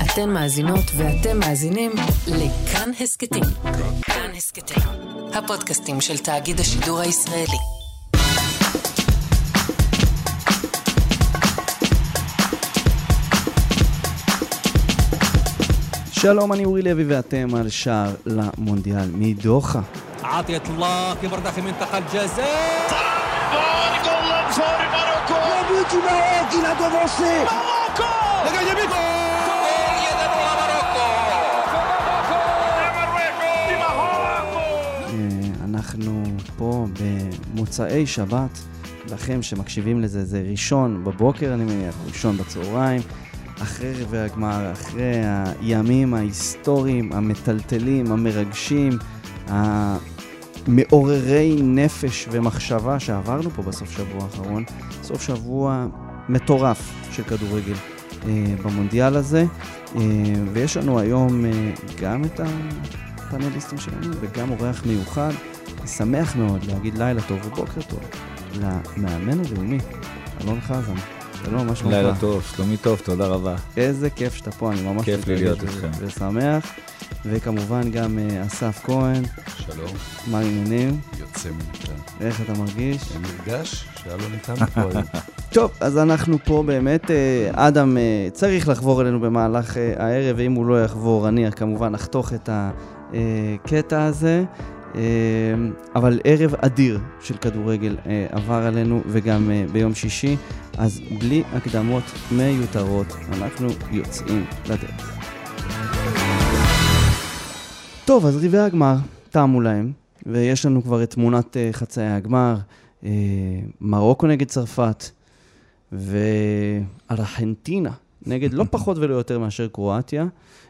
אתן מאזינות ואתם מאזינים לכאן הסקטים. כאן הסקטים, הפודקאסטים של תאגיד השידור הישראלי. שלום, אני אורי לוי ואתם על שער למונדיאל מדוחה. عطية الله كبر داخل منطقة الجزاء gol for Marokko. אנחנו פה במוצאי שבת, לכם שמקשיבים לזה, זה ראשון בבוקר אני מניח, ראשון בצהריים, אחרי רבעי הגמר, אחרי הימים ההיסטוריים, המטלטלים, המרגשים, מעוררי נפש ומחשבה שעברנו פה בסוף שבוע האחרון, סוף שבוע מטורף של כדורגל במונדיאל הזה, ויש לנו היום גם את הפאנליסטים שלנו וגם אורח מיוחד. אני שמח מאוד להגיד לילה טוב ובוקר טוב למאמן הלאומי אלון חזן. שלום, מה שלומך? לילה טוב, שלומי טוב, תודה רבה. איזה כיף שאתה פה, אני ממש כיף להיות איתכם ושמח. וכמובן גם אסף כהן. שלום. מה העניינים? יוצא מנכן. איך אתה מרגיש? אני מרגש שאלון איתנו פה היום. טוב, אז אנחנו פה באמת, אדם צריך לחבור אלינו במהלך הערב, ואם הוא לא יחבור, אני כמובן אחתוך את הקטע הזה. אבל ערב אדיר של כדורגל עבר עלינו, וגם ביום שישי, אז בלי הקדמות מיותרות, אנחנו יוצאים לדרך. טוב, אז רבעי הגמר תמו להם, ויש לנו כבר את תמונת חצאי הגמר, מרוקו נגד צרפת, וארגנטינה נגד לא פחות ולא יותר מאשר קרואטיה.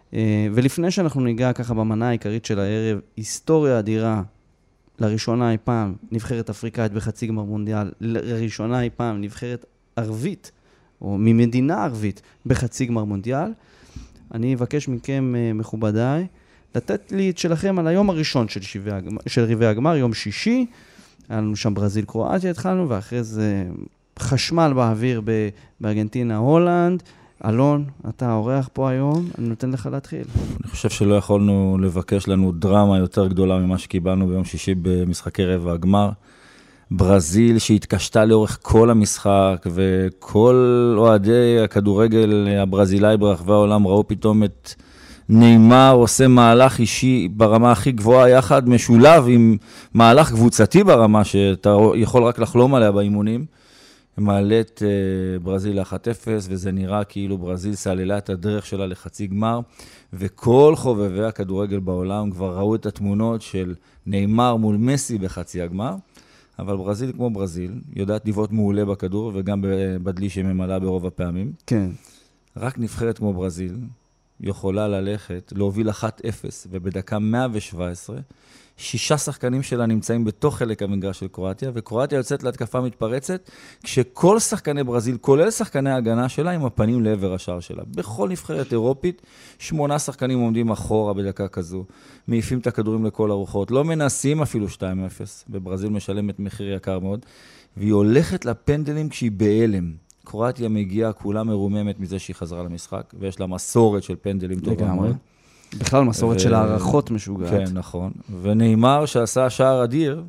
ולפני שאנחנו ניגע ככה במנה העיקרית של הערב, היסטוריה אדירה, לראשונה אי פעם נבחרת אפריקאית בחצי גמר מונדיאל, לראשונה אי פעם נבחרת ערבית, או ממדינה ערבית בחצי גמר מונדיאל. אני אבקש מכם, מכובדיי, לתת לי את שלכם על היום הראשון של רבעי הגמר, יום שישי. היה לנו שם ברזיל קרואטיה התחלנו, ואחרי זה חשמל באוויר בארגנטינה הולנד. אלון, אתה אורח פה היום, אני נותן לך להתחיל. אני חושב שלא יכולנו לבקש לנו דרמה יותר גדולה ממה שקיבלנו ביום שישי במשחקי רבע הגמר. ברזיל שהתקשתה לאורך כל המשחק, וכל אוהדי הכדורגל הברזילאי ברחבי העולם ראו פתאום את ניימר עושה מהלך אישי ברמה הכי גבוהה יחד, משולב עם מהלך קבוצתי ברמה שאתה יכול רק לחלום עליה באימונים. מעלה את ברזיל 1-0, וזה נראה כאילו ברזיל סללה את הדרך שלה לחצי גמר, וכל חובבי הכדורגל בעולם כבר ראו את התמונות של ניימר מול מסי בחצי הגמר, אבל ברזיל כמו ברזיל, יודעת לבעוט מעולה בכדור, וגם בדלי שממלאה ברוב הפעמים. כן. רק נבחרת כמו ברזיל יכולה ללכת, להוביל 1-0, ובדקה 117, 6 שחקנים שלה נמצאים בתוך חלק המגרש של קרואטיה, וקרואטיה יוצאת להתקפה מתפרצת, כשכל שחקני ברזיל, כולל שחקני ההגנה שלה, עם הפנים לעבר השער שלה. בכל נבחרת אירופית, 8 שחקנים עומדים אחורה בדקה כזו, מעיפים את הכדורים לכל הרוחות, לא מנסים אפילו 2-0, וברזיל משלמת מחיר יקר מאוד, והיא הולכת לפנדלים כשהיא בהלם. קרואטיה מגיעה כולה מרוממת מזה שהיא חזרה למשחק, ויש לה מסורת של פנדלים טובה מאוד. בכלל מסורת של הערכות משוגעת. כן, נכון. וניימר שעשה שער אדיר,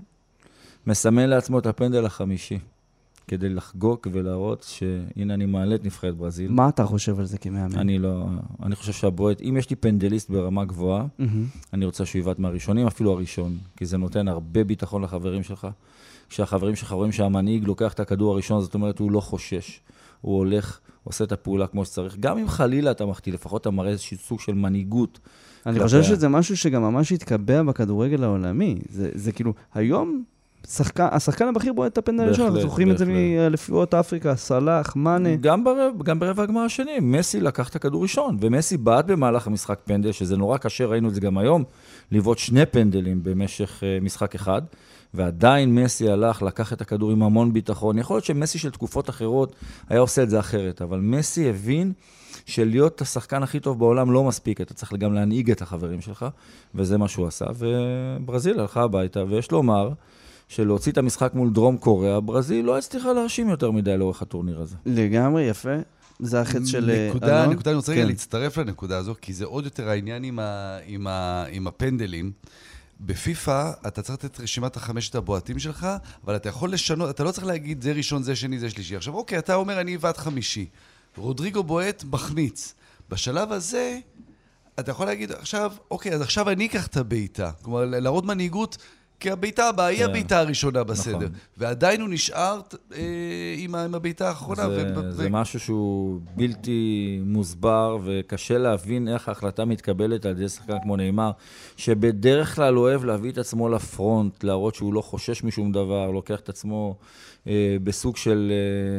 מסמן לעצמו את הפנדל החמישי, כדי לחגוג ולהראות שהנה אני מעלה את נבחרת ברזיל. מה אתה חושב על זה כמאמן? אני חושב שהבועט, אם יש לי פנדליסט ברמה גבוהה, אני רוצה שהוא יבעט מהראשונים, אפילו הראשון, כי זה נותן הרבה ביטחון לחברים שלך. כשהחברים שלך רואים שהמנהיג לוקח את הכדור הראשון, זאת אומרת, הוא לא חושש. הוא הולך, עושה את הפעולה כמו שצריך. גם אם חלילה אתה מחטיא, לפחות אתה מראה איזשהו סוג של מנהיגות. אני חושב שזה משהו שגם ממש התקבע בכדורגל העולמי. זה כאילו, היום השחקן הבכיר בועט את הפנדל הראשון, זוכרים את זה מאליפויות אפריקה, סלאח, מאנה. גם ברבע הגמר השני, מסי לקח את הכדור ראשון, ומסי בעט במהלך המשחק פנדל, שזה נורא קשה, ראינו את זה גם היום, לבעוט 2 פנדלים במשך משחק אחד, ועדיין מסי הלך, לקח את הכדור עם המון ביטחון. יכול להיות שמסי של תקופות אחרות היה עושה את זה אחרת, אבל מסי הבין שלהיות השחקן הכי טוב בעולם לא מספיק, אתה צריך גם להנהיג את החברים שלך, וזה מה שהוא עשה, וברזיל הלכה הביתה, ויש לומר שלהוציא את המשחק מול דרום קוריאה, ברזיל לא הצליחה להרשים יותר מדי לאורך הטורניר הזה. לגמרי יפה. זה החץ של נקודה, אני רוצה רגע להצטרף לנקודה הזו, כי זה עוד יותר העניין עם הפנדלים. בפיפה אתה צריך לתת רשימת החמשת הבועטים שלך, אבל אתה יכול לשנות, אתה לא צריך להגיד זה ראשון, זה שני, זה שלישי. עכשיו, אוקיי, אתה אומר אני ועד חמישי. רודריגו בועט מחמיץ. בשלב הזה, אתה יכול להגיד עכשיו, אוקיי, אז עכשיו אני אקח את הביתה. כלומר, להראות מנהיגות, כי הביתה הבאה היא הביתה הראשונה בסדר. ועדיין הוא נשאר עם הביתה האחרונה. זה משהו שהוא בלתי מוסבר, וקשה להבין איך ההחלטה מתקבלת על ידי שחקן כמו נאמר, שבדרך כלל אוהב להביא את עצמו לפרונט, להראות שהוא לא חושש משום דבר, לוקח את עצמו בסוג של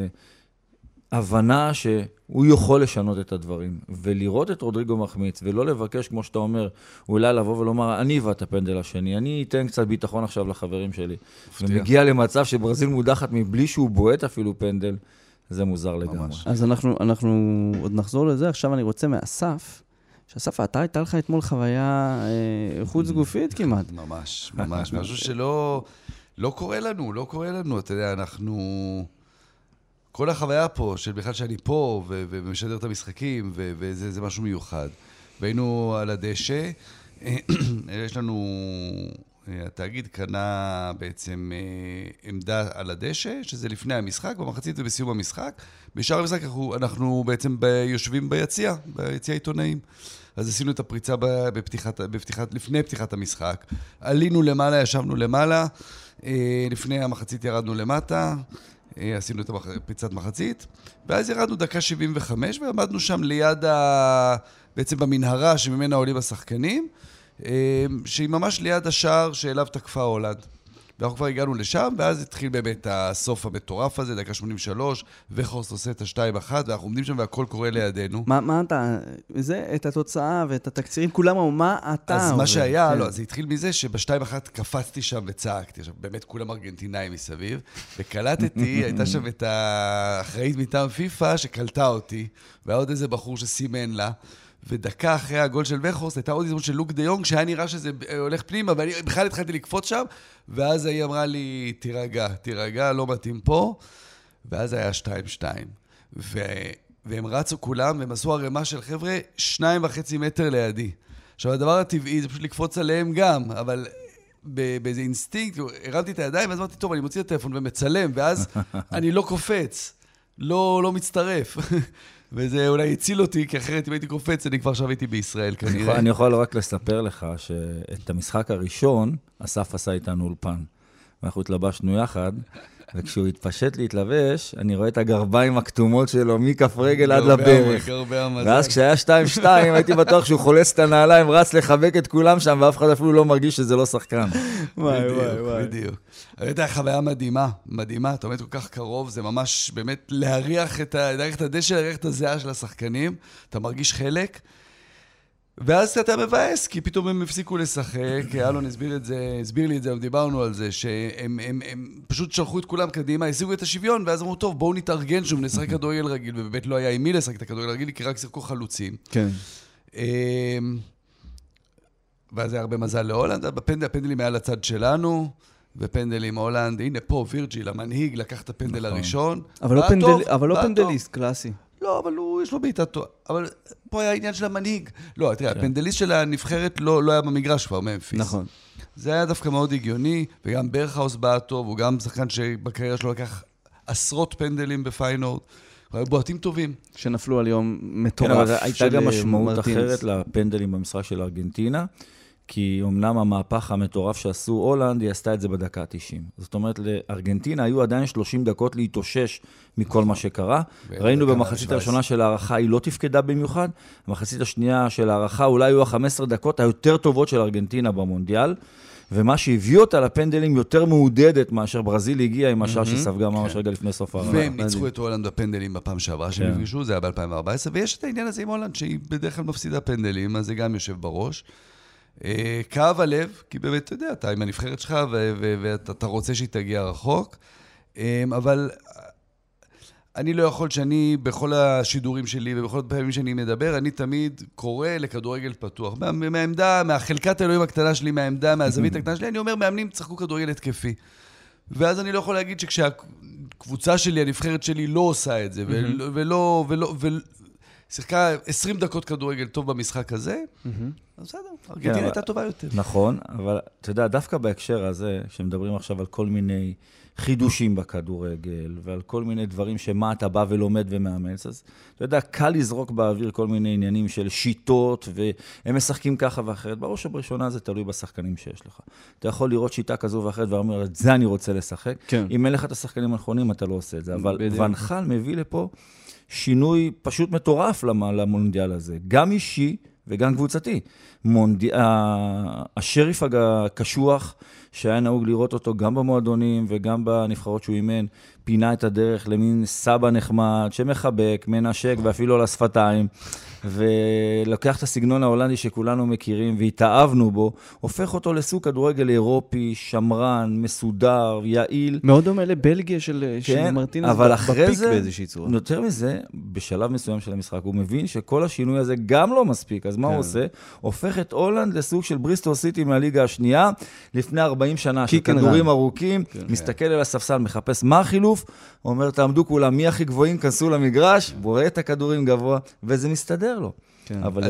הבנה שהוא יכול לשנות את הדברים, ולראות את רודריגו מחמיץ, ולא לבקש, כמו שאתה אומר, אולי לבוא ולומר, אני אבא את הפנדל השני, אני אתן קצת ביטחון עכשיו לחברים שלי. ומגיע למצב שברזיל מודחת מבלי שהוא בועט אפילו פנדל, זה מוזר לגמרי. אז אנחנו עוד נחזור לזה, עכשיו אני רוצה מאסף, שאסף, אתה הייתה לך אתמול חוויה חוץ גופית כמעט. ממש, ממש, משהו שלא קורה לנו, אתה יודע, אנחנו... כל החוויה פה, של בכלל שאני פה, ומשדר את המשחקים, וזה משהו מיוחד. והיינו על הדשא, יש לנו, התאגיד קנה בעצם עמדה על הדשא, שזה לפני המשחק, במחצית ובסיום המשחק. בשאר המשחק אנחנו בעצם יושבים ביציע עיתונאים. אז עשינו את הפריצה לפני פתיחת המשחק. עלינו למעלה, ישבנו למעלה, לפני המחצית ירדנו למטה, עשינו את פריצת מחצית, ואז ירדנו דקה 75, ועמדנו שם ליד, בעצם במנהרה שממנה עולים השחקנים, שהיא ממש ליד השער שאליו תקפה הולנד. ואנחנו כבר הגענו לשם, ואז התחיל באמת הסוף המטורף הזה, דקה 83, וחורסט עושה את ה-2-1, ואנחנו עומדים שם והכל קורה לידינו. מה אתה, את התוצאה ואת התקצירים, כולם אמרו, מה אתה? אז מה שהיה, לא, זה התחיל מזה שב-2-1 קפצתי שם וצעקתי, עכשיו באמת כולם ארגנטינאים מסביב, וקלטתי, הייתה שם את האחראית מטעם פיפה שקלטה אותי, ועוד איזה בחור שסימן לה, ודקה אחרי הגול של וחורסט, הייתה עוד הזדמנות של לוק דה יונג, שהיה נראה שזה הולך פנימה, ואני בכלל התחלתי לקפוץ שם, ואז היא אמרה לי, תירגע, לא מתאים פה, ואז היה 2-2. והם רצו כולם, והם עשו הרמה של חבר'ה 2.5 מטר לידי. עכשיו, הדבר הטבעי זה פשוט לקפוץ עליהם גם, אבל באיזה אינסטינקט, הרמתי את הידיים, ואז אמרתי, טוב, אני מוציא את הטלפון ומצלם, ואז אני לא קופץ, לא מצטרף. וזה אולי הציל אותי, כי אחרת אם הייתי קופץ, אני כבר שוויתי בישראל כנראה. אני יכול רק לספר לך שאת המשחק הראשון, אסף עשה איתנו אולפן. ואנחנו התלבשנו יחד, וכשהוא התפשט להתלבש, אני רואה את הגרביים הכתומות שלו, מכף רגל עד לברך. ואז כשהיה 2-2, הייתי בטוח שהוא חולס את הנעליים, רץ לחבק את כולם שם, ואף אחד אפילו לא מרגיש שזה לא שחקן. וואי. בדיוק. הייתה חוויה מדהימה, אתה עומד כל כך קרוב, זה ממש באמת להריח את הדשא, להריח את הזיעה של השחקנים, אתה מרגיש חלק, ואז אתה מבאס, כי פתאום הם הפסיקו לשחק, אלון הסביר לי את זה, דיברנו על זה, שהם פשוט שלחו את כולם קדימה, השיגו את השוויון, ואז אמרו, טוב, בואו נתארגן שוב, נשחק כדורגל רגיל, ובאמת לא היה עם מי לשחק את הכדורגל רגיל, כי רק שיחקו חלוצים. כן. ואז היה הרבה מזל להולנד, הפנדלים היה לצד שלנו, ופנדלים הולנד, הנה פה, וירג'יל, המנהיג, לקח את הפנדל הראשון. אבל לא פנדליסט קלאסי. לא, אבל יש לו בעיטה טובה. אבל פה היה העניין של המנהיג. לא, תראה, הפנדליסט של הנבחרת לא היה במגרש כבר, ממפיס. נכון. זה היה דווקא מאוד הגיוני, וגם ברכהאוס בא טוב, הוא גם שחקן שבקריירה שלו לקח עשרות פנדלים בפיינורד. היו בועטים טובים. שנפלו על יום מטורף. כן, אבל הייתה גם משמעות אחרת לפנדלים במשחק של ארגנטינה, כי אמנם המהפך המטורף שעשו הולנד, היא עשתה את זה בדקה 90. זאת אומרת, לארגנטינה היו עדיין 30 דקות להתאושש מכל מה שקרה. ראינו במחצית הראשונה של הערכה, היא לא תפקדה במיוחד. במחצית השנייה של הערכה, אולי היו ה-15 דקות היותר טובות של ארגנטינה במונדיאל, ומה שהביא אותה לפנדלים יותר מעודדת מאשר ברזיל הגיעה עם השאר שספגה ממש רגע לפני סוף הערכה. והם ניצחו את הולנד בפנדלים בפעם שעברה שהם הפגישו, זה היה ב-2014, ויש את העניין הזה עם הולנד, שהיא בדרך כלל מפסידה פנדלים, אז זה גם יושב בראש. כאב הלב, כי באמת, אתה יודע, אתה עם הנבחרת שלך, ואתה רוצה שהיא תגיע רחוק, אבל אני לא יכול שאני, בכל השידורים שלי, ובכל פעמים שאני מדבר, אני תמיד קורא לכדורגל פתוח. מהעמדה, מהחלקת האלוהים הקטנה שלי, מהעמדה, מהזווית הקטנה שלי, אני אומר, מאמנים צחקו כדורגל התקפי. ואז אני לא יכול להגיד הקבוצה שלי, הנבחרת שלי, לא עושה את זה, ולא, שיחקה 20 דקות כדורגל טוב במשחק הזה, אז בסדר, ארגנטינה הייתה טובה יותר. נכון, אבל אתה יודע, דווקא בהקשר הזה, שמדברים עכשיו על כל מיני חידושים בכדורגל, ועל כל מיני דברים שמה אתה בא ולומד ומאמץ, אז אתה יודע, קל לזרוק באוויר כל מיני עניינים של שיטות, והם משחקים ככה ואחרת. בראש ובראשונה זה תלוי בשחקנים שיש לך. אתה יכול לראות שיטה כזו ואחרת, ואומר, את זה אני רוצה לשחק. כן. אם אין לך את השחקנים הנכונים, אתה לא עושה את זה. אבל ונחל מביא לפה שינוי פשוט מטורף למונדיאל הזה. גם אישי וגם קבוצתי. השריף הקשוח, שהיה נהוג לראות אותו גם במועדונים וגם בנבחרות שהוא אימן, פינה את הדרך למין סבא נחמד, שמחבק, מנשק ואפילו על השפתיים, ולוקח את הסגנון ההולנדי שכולנו מכירים והתאהבנו בו, הופך אותו לסוג כדורגל אירופי, שמרן, מסודר, יעיל. מאוד דומה לבלגיה של מרטינס בפיק באיזושהי צורה. יותר מזה, בשלב מסוים של המשחק, הוא מבין שכל השינוי הזה גם לא מספיק, אז מה הוא עושה? הופך את הולנד לסוג של בריסטול סיטי מהליגה השנייה, לפני 40 שנה, של כדורים ארוכים, מסתכל על הספסל, מחפש מה החילוף, אומר, תעמדו כולם, מי הכי גבוהים, כנסו למגרש, בורא את הכדורים גבוה, וזה מסתדר לו. אבל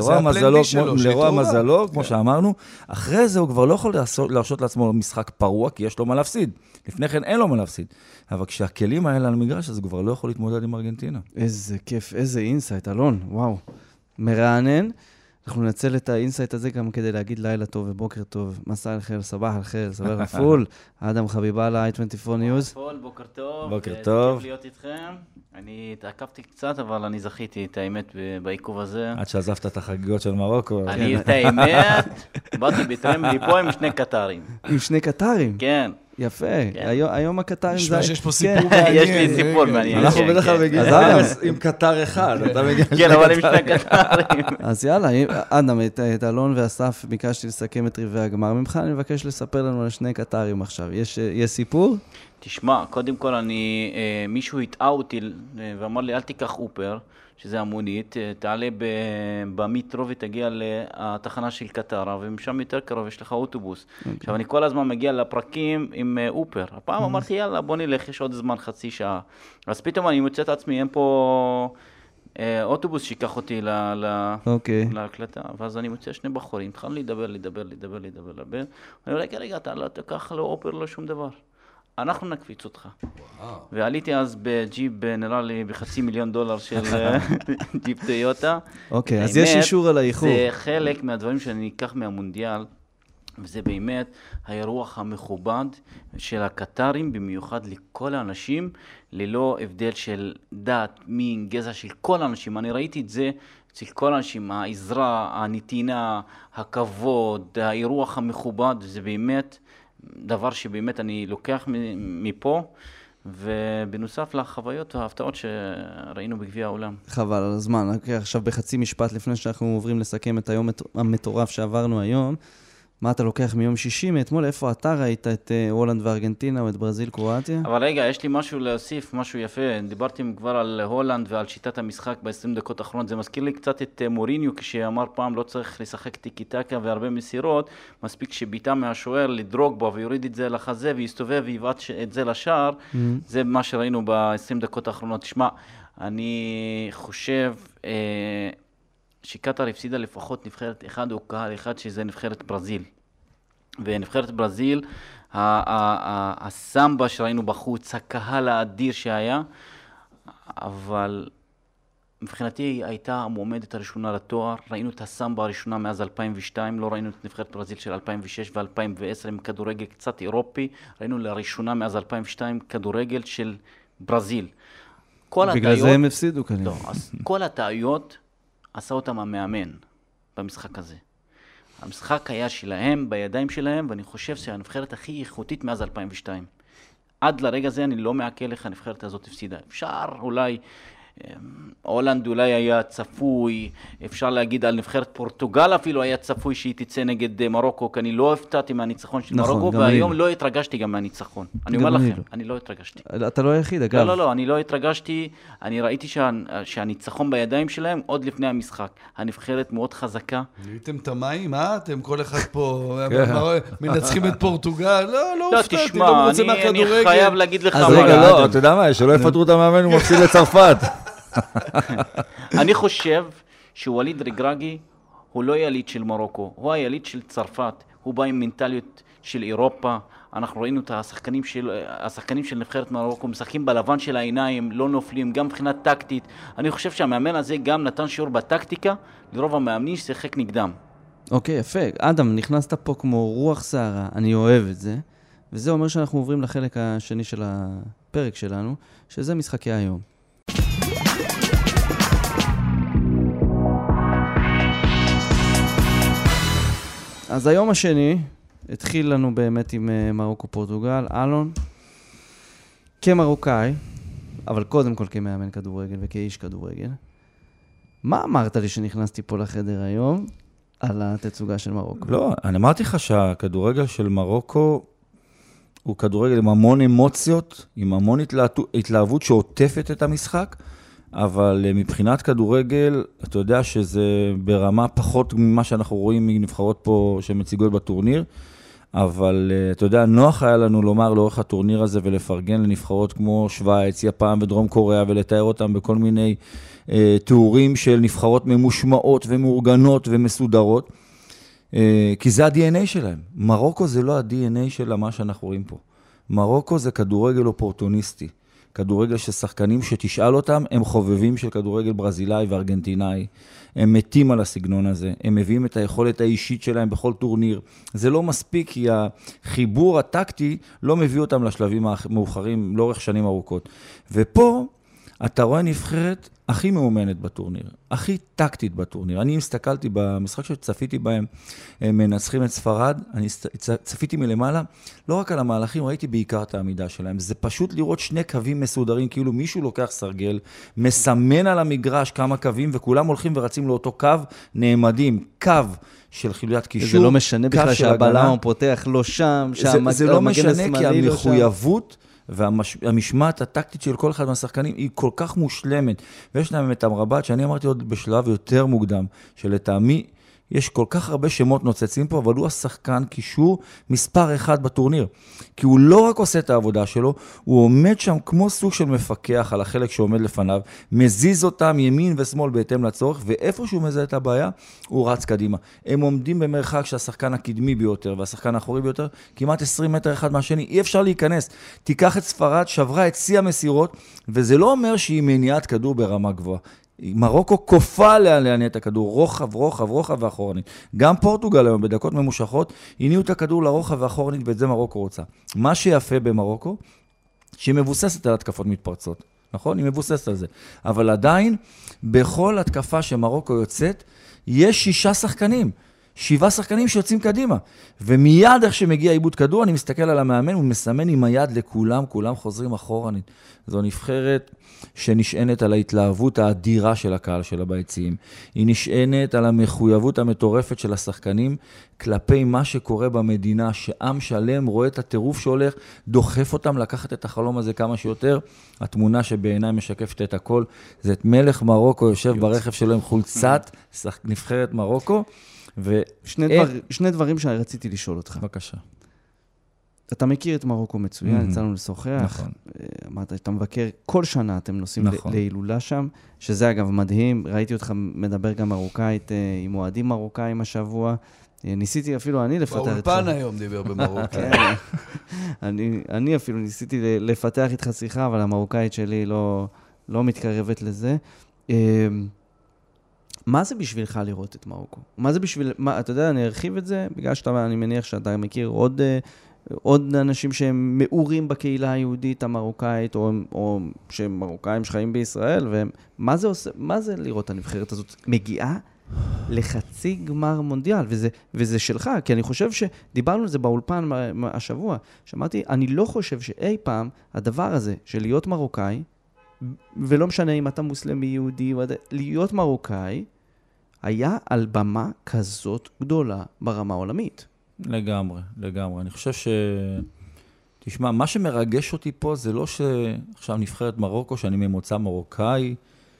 לרוע מזלו, כמו שאמרנו, אחרי זה הוא כבר לא יכול להרשות לעצמו משחק פרוע, כי יש לו מה להפסיד. לפני כן אין לו מה להפסיד. אבל כשהכלים האלה על המגרש, אז הוא כבר לא יכול להתמודד עם ארגנטינה. איזה כיף, איזה אינסייט, אלון, וואו. מרענן. אנחנו ננצל את האינסייט הזה גם כדי להגיד לילה טוב ובוקר טוב. מסע אל-חיר, סבח אל-חיר, סבח אל-פול. אדם חביבאללה, i24 News. בוקר טוב. בוקר טוב. כיף להיות איתכם. אני התעכבתי קצת, אבל אני זכיתי את האמת בעיכוב הזה. עד שעזבת את החגיגות של מרוקו. אני את האמת, באתי בתרם לי פה עם שני קטרים. עם שני קטרים? כן. יפה, היום הקטרים זה... נשמע שיש פה סיפור מעניין. יש לי סיפור מעניין. אנחנו בדרך כלל מגיעים עם קטר אחד, אתה מגיע... כן, אבל עם שני קטרים. אז יאללה, אדם, את אלון ואסף ביקשתי לסכם את רבעי הגמר ממך, אני מבקש לספר לנו על שני קטרים עכשיו. יש סיפור? תשמע, קודם כל מישהו הטעה אותי ואמר לי, אל תיקח אופר, שזה המונית, תעלה במטרו ותגיע לתחנה של קטרה, ומשם יותר קרוב, יש לך אוטובוס. עכשיו, אני כל הזמן מגיע לפרקים עם אופר. הפעם אמרתי, יאללה, בוא נלך, יש עוד זמן, חצי שעה. אז פתאום אני מוצא את עצמי, אין פה אוטובוס שיקח אותי להקלטה, ואז אני מוצא שני בחורים, התחלנו לדבר. אני אומר, רגע, אתה לא תקח לו אופר, לא שום דבר. אנחנו נקפיץ אותך. ועליתי אז בג'יפ, נראה לי $500,000 של ג'יפ טויוטה. אוקיי, אז יש אישור על האיחור. זה חלק מהדברים שאני אקח מהמונדיאל, וזה באמת האירוח המכובד של הקטרים, במיוחד לכל האנשים, ללא הבדל של דת, מין, גזע של כל האנשים. אני ראיתי את זה אצל כל האנשים, העזרה, הנתינה, הכבוד, האירוח המכובד, זה באמת דבר שבאמת אני לוקח מפה, ובנוסף לחוויות וההפתעות שראינו בגביע העולם. חבל על הזמן. עכשיו בחצי משפט לפני שאנחנו עוברים לסכם את היום המטורף שעברנו היום, מה אתה לוקח מיום שישי, מאתמול, איפה אתה ראית את הולנד וארגנטינה או את ברזיל, קרואטיה? אבל רגע, יש לי משהו להוסיף, משהו יפה. דיברתי כבר על הולנד ועל שיטת המשחק ב-20 דקות האחרונות. זה מזכיר לי קצת את מוריניו, כשאמר פעם לא צריך לשחק טיקי-טקה והרבה מסירות, מספיק שביטה מהשוער לדרוג בו ויוריד את זה לחזה ויסתובב ויבעט את זה לשער. זה מה שראינו ב-20 דקות האחרונות. תשמע, אני חושב שקטר הפסידה לפחות נבחרת אחד או קהל אחד, שזה נבחרת ברזיל. ונבחרת ברזיל, הסמבה שראינו בחוץ, הקהל האדיר שהיה, אבל מבחינתי הייתה המועמדת הראשונה לתואר. ראינו את הסמבה הראשונה מאז 2002, לא ראינו את נבחרת ברזיל של 2006 ו-2010 עם כדורגל קצת אירופי, ראינו לראשונה מאז 2002 כדורגל של ברזיל. בגלל זה הם הפסידו כנראה. לא, אז כל הטעויות עשה אותם המאמן במשחק הזה. המשחק היה שלהם, בידיים שלהם, ואני חושב שהנבחרת הכי איכותית מאז 2002. עד לרגע זה אני לא מעכל איך הנבחרת הזאת הפסידה. אפשר אולי הולנד אולי היה צפוי, אפשר להגיד על נבחרת פורטוגל אפילו היה צפוי שהיא תצא נגד מרוקו, כי אני לא הפתעתי מהניצחון של מרוקו, והיום לא התרגשתי גם מהניצחון. אני אומר לכם, אני לא התרגשתי. אתה לא היחיד, אגב. לא, אני לא התרגשתי, אני ראיתי שהניצחון בידיים שלהם עוד לפני המשחק. הנבחרת מאוד חזקה. ראיתם את המים, אתם כל אחד פה מנצחים את פורטוגל? לא הופתעתי, לא רוצה מהכדורגל. אני חייב להגיד לך... אז רגע, לא, אתה יודע מה, שלא יפטרו את המאמן, הוא מפסיד לצרפת. אני חושב שווליד רגרגי הוא לא יליד של מרוקו, הוא היליד של צרפת, הוא בא עם מנטליות של אירופה. אנחנו ראינו את השחקנים של נבחרת מרוקו משחקים בלבן של העיניים, לא נופלים, גם מבחינת טקטית. אני חושב שהמאמן הזה גם נתן שיעור בטקטיקה לרוב המאמנים ששיחק נגדם. אוקיי, יפה. אדם, נכנסת פה כמו רוח שערה, אני אוהב את זה, וזה אומר שאנחנו עוברים לחלק השני של הפרק שלנו, שזה משחקי היום. אז היום השני התחיל לנו באמת עם מרוקו-פורטוגל. אלון, כמרוקאי, אבל קודם כל כמאמן כדורגל וכאיש כדורגל, מה אמרת לי שנכנסתי פה לחדר היום על התצוגה של מרוקו? לא, אני אמרתי לך שהכדורגל של מרוקו הוא כדורגל עם המון אמוציות, עם המון התלהבות שעוטפת את המשחק, אבל מבחינת כדורגל, אתה יודע שזה ברמה פחות ממה שאנחנו רואים מנבחרות פה שמציגות בטורניר, אבל אתה יודע, נוח היה לנו לומר לאורך הטורניר הזה ולפרגן לנבחרות כמו שוויץ, יפן ודרום קוריאה, ולתאר אותם בכל מיני תיאורים של נבחרות ממושמעות ומאורגנות ומסודרות, כי זה ה-DNA שלהם. מרוקו זה לא ה-DNA של מה שאנחנו רואים פה. מרוקו זה כדורגל אופורטוניסטי. כדורגל ששחקנים שתשאל אותם, הם חובבים של כדורגל ברזילאי וארגנטינאי. הם מתים על הסגנון הזה. הם מביאים את היכולת האישית שלהם בכל טורניר. זה לא מספיק, כי החיבור הטקטי לא מביא אותם לשלבים המאוחרים לאורך שנים ארוכות. ופה אתה רואה נבחרת הכי מאומנת בטורניר, הכי טקטית בטורניר. אני הסתכלתי במשחק שצפיתי בהם, הם מנצחים את ספרד, אני צפיתי מלמעלה, לא רק על המהלכים, ראיתי בעיקר את העמידה שלהם. זה פשוט לראות שני קווים מסודרים, כאילו מישהו לוקח סרגל, מסמן על המגרש כמה קווים, וכולם הולכים ורצים לאותו קו, נעמדים, קו של חילויית קישור. זה לא משנה בכלל שהבלם פותח לא שם, זה לא משנה כי המחויבות והמשמעת הטקטית של כל אחד מהשחקנים היא כל כך מושלמת, ויש להם את אמרבת, שאני אמרתי עוד בשלב יותר מוקדם, שלטעמי יש כל כך הרבה שמות נוצצים פה, אבל הוא השחקן קישור מספר אחד בטורניר, כי הוא לא רק עושה את העבודה שלו, הוא עומד שם כמו סוג של מפקח על החלק שעומד לפניו, מזיז אותם ימין ושמאל בהתאם לצורך, ואיפה שהוא מזהה את הבעיה, הוא רץ קדימה. הם עומדים במרחק שהשחקן הקדמי ביותר, והשחקן האחורי ביותר, כמעט 20 מטר אחד מהשני, אי אפשר להיכנס. תיקח את ספרד, שברה את שיא המסירות, וזה לא אומר שהיא מניעת כדור ברמה גבוהה. מרוקו כופה להניע את הכדור, רוחב ואחורנית. גם פורטוגל היום בדקות ממושכות, הניעו את הכדור לרוחב ואחורנית, ואת זה מרוקו רוצה. מה שיפה במרוקו, שהיא מבוססת על התקפות מתפרצות. נכון? היא מבוססת על זה. אבל עדיין, בכל התקפה שמרוקו יוצאת, יש 6 שחקנים. 7 שחקנים שיוצאים קדימה. ומיד איך שמגיע עיבוד כדור, אני מסתכל על המאמן, הוא מסמן עם היד לכולם, כולם חוזרים אחורנית. זו נבחרת שנשענת על ההתלהבות האדירה של הקהל שלה ביציעים. היא נשענת על המחויבות המטורפת של השחקנים כלפי מה שקורה במדינה, שעם שלם רואה את הטירוף שהולך, דוחף אותם לקחת את החלום הזה כמה שיותר. התמונה שבעיניי משקפת את הכל, זה את מלך מרוקו יושב ברכב שלו עם חולצת נבחרת מרוקו. שני דברים שרציתי לשאול אותך. בבקשה. אתה מכיר את מרוקו מצוין, יצאנו לשוחח. נכון. אמרת, אתה מבקר, כל שנה אתם נוסעים להילולה שם, שזה אגב מדהים. ראיתי אותך מדבר גם מרוקאית עם אוהדים מרוקאים השבוע. ניסיתי אפילו אני לפתח איתך. באולפן היום דיבר במרוקאי. אני אפילו ניסיתי לפתח איתך שיחה, אבל המרוקאית שלי לא מתקרבת לזה. מה זה בשבילך לראות את מרוקו? מה זה בשביל, אתה יודע, אני ארחיב את זה, בגלל אני מניח שאתה מכיר עוד אנשים שהם מאורים בקהילה היהודית המרוקאית, או שהם מרוקאים שחיים בישראל, מה זה לראות הנבחרת הזאת? מגיעה לחצי גמר מונדיאל, וזה שלך, כי אני חושב שדיברנו על זה באולפן השבוע, שאמרתי, אני לא חושב שאי פעם הדבר הזה של להיות מרוקאי, ולא משנה אם אתה מוסלמי, יהודי, להיות מרוקאי, היה על במה כזאת גדולה ברמה העולמית. לגמרי, לגמרי. אני חושב תשמע, מה שמרגש אותי פה זה לא שעכשיו נבחרת מרוקו, שאני ממוצא מרוקאי,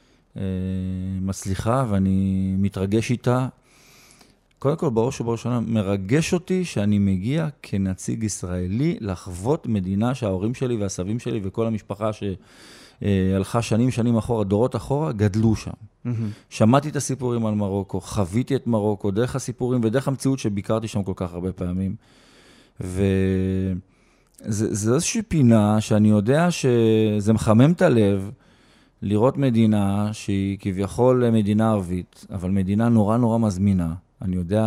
מצליחה ואני מתרגש איתה. קודם כל, בראש ובראשונה, מרגש אותי שאני מגיע כנציג ישראלי לחוות מדינה שההורים שלי והסבים שלי וכל המשפחה שהלכה שנים אחורה, דורות אחורה, גדלו שם. שמעתי את הסיפורים על מרוקו, חוויתי את מרוקו, דרך הסיפורים ודרך המציאות שביקרתי שם כל כך הרבה פעמים. זה איזושהי פינה שאני יודע שזה מחמם את הלב, לראות מדינה שהיא כביכול מדינה ערבית, אבל מדינה נורא נורא מזמינה. אני יודע